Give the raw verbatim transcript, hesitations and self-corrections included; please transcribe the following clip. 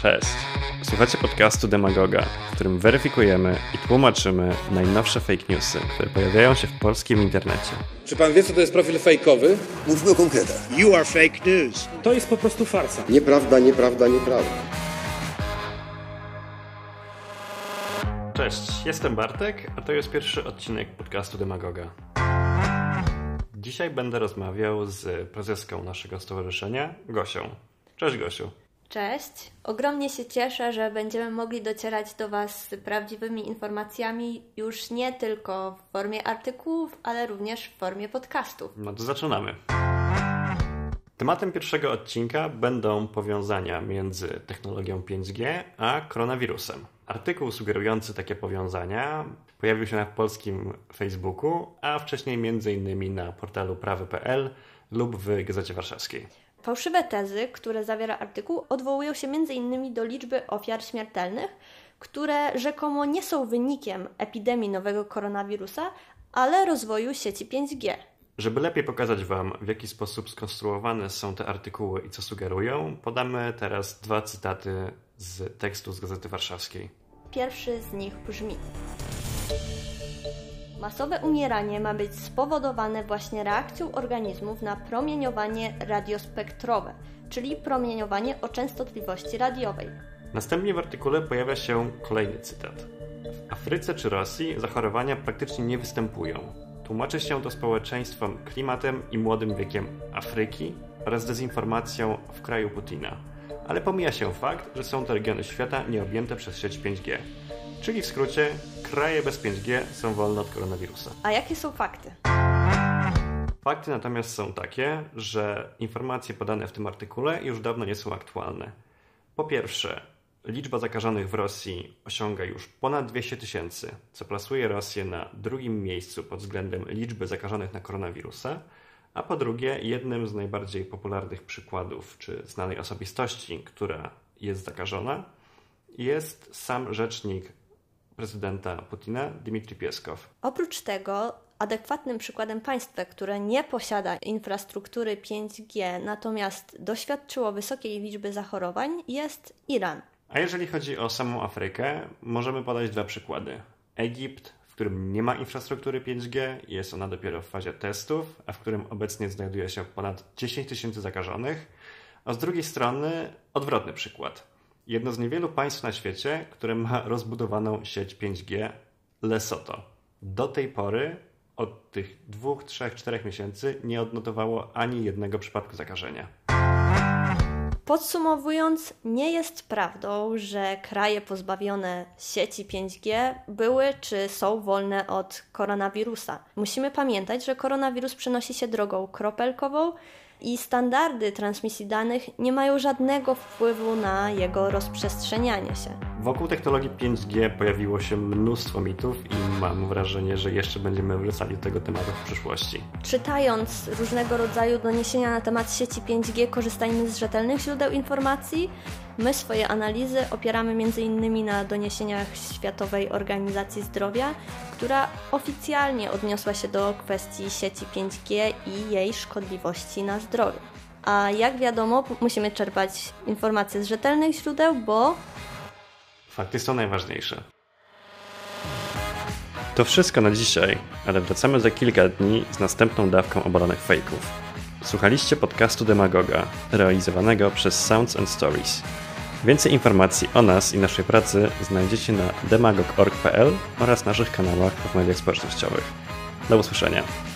Cześć! Słuchacie podcastu Demagoga, w którym weryfikujemy i tłumaczymy najnowsze fake newsy, które pojawiają się w polskim internecie. Czy pan wie, co to jest profil fejkowy? Mówmy o konkretach. You are fake news. To jest po prostu farsa. Nieprawda, nieprawda, nieprawda. Cześć, jestem Bartek, a to jest pierwszy odcinek podcastu Demagoga. Dzisiaj będę rozmawiał z prezeską naszego stowarzyszenia, Gosią. Cześć, Gosiu. Cześć. Ogromnie się cieszę, że będziemy mogli docierać do Was z prawdziwymi informacjami już nie tylko w formie artykułów, ale również w formie podcastów. No to zaczynamy. Tematem pierwszego odcinka będą powiązania między technologią pięć G a koronawirusem. Artykuł sugerujący takie powiązania pojawił się na polskim Facebooku, a wcześniej między innymi na portalu prawy kropka p l lub w Gazecie Warszawskiej. Fałszywe tezy, które zawiera artykuł, odwołują się między innymi do liczby ofiar śmiertelnych, które rzekomo nie są wynikiem epidemii nowego koronawirusa, ale rozwoju sieci pięć G. Żeby lepiej pokazać Wam, w jaki sposób skonstruowane są te artykuły i co sugerują, podamy teraz dwa cytaty z tekstu z Gazety Warszawskiej. Pierwszy z nich brzmi: masowe umieranie ma być spowodowane właśnie reakcją organizmów na promieniowanie radiospektrowe, czyli promieniowanie o częstotliwości radiowej. Następnie w artykule pojawia się kolejny cytat. W Afryce czy Rosji zachorowania praktycznie nie występują. Tłumaczy się to społeczeństwom klimatem i młodym wiekiem Afryki oraz dezinformacją w kraju Putina. Ale pomija się fakt, że są to regiony świata nieobjęte przez sieć pięć G. Czyli w skrócie, kraje bez pięć G są wolne od koronawirusa. A jakie są fakty? Fakty natomiast są takie, że informacje podane w tym artykule już dawno nie są aktualne. Po pierwsze, liczba zakażonych w Rosji osiąga już ponad dwieście tysięcy, co plasuje Rosję na drugim miejscu pod względem liczby zakażonych na koronawirusa, a po drugie, jednym z najbardziej popularnych przykładów czy znanej osobistości, która jest zakażona, jest sam rzecznik prezydenta Putina, Dmitrij Pieskow. Oprócz tego adekwatnym przykładem państwa, które nie posiada infrastruktury pięć G, natomiast doświadczyło wysokiej liczby zachorowań, jest Iran. A jeżeli chodzi o samą Afrykę, możemy podać dwa przykłady. Egipt, w którym nie ma infrastruktury pięć G, jest ona dopiero w fazie testów, a w którym obecnie znajduje się ponad dziesięć tysięcy zakażonych, a z drugiej strony odwrotny przykład. Jedno z niewielu państw na świecie, które ma rozbudowaną sieć pięć G, Lesotho. Do tej pory, od tych dwóch, trzech, czterech miesięcy, nie odnotowało ani jednego przypadku zakażenia. Podsumowując, nie jest prawdą, że kraje pozbawione sieci pięć G były czy są wolne od koronawirusa. Musimy pamiętać, że koronawirus przenosi się drogą kropelkową i standardy transmisji danych nie mają żadnego wpływu na jego rozprzestrzenianie się. Wokół technologii pięć G pojawiło się mnóstwo mitów i mam wrażenie, że jeszcze będziemy wracali do tego tematu w przyszłości. Czytając różnego rodzaju doniesienia na temat sieci pięć G, korzystajmy z rzetelnych źródeł informacji. My swoje analizy opieramy między innymi na doniesieniach Światowej Organizacji Zdrowia, która oficjalnie odniosła się do kwestii sieci pięć G i jej szkodliwości na zdrowie. A jak wiadomo, musimy czerpać informacje z rzetelnych źródeł, bo fakty są najważniejsze. To wszystko na dzisiaj, ale wracamy za kilka dni z następną dawką obalonych fejków. Słuchaliście podcastu Demagoga, realizowanego przez Sounds and Stories. Więcej informacji o nas i naszej pracy znajdziecie na demagog kropka org kropka p l oraz naszych kanałach w mediach społecznościowych. Do usłyszenia.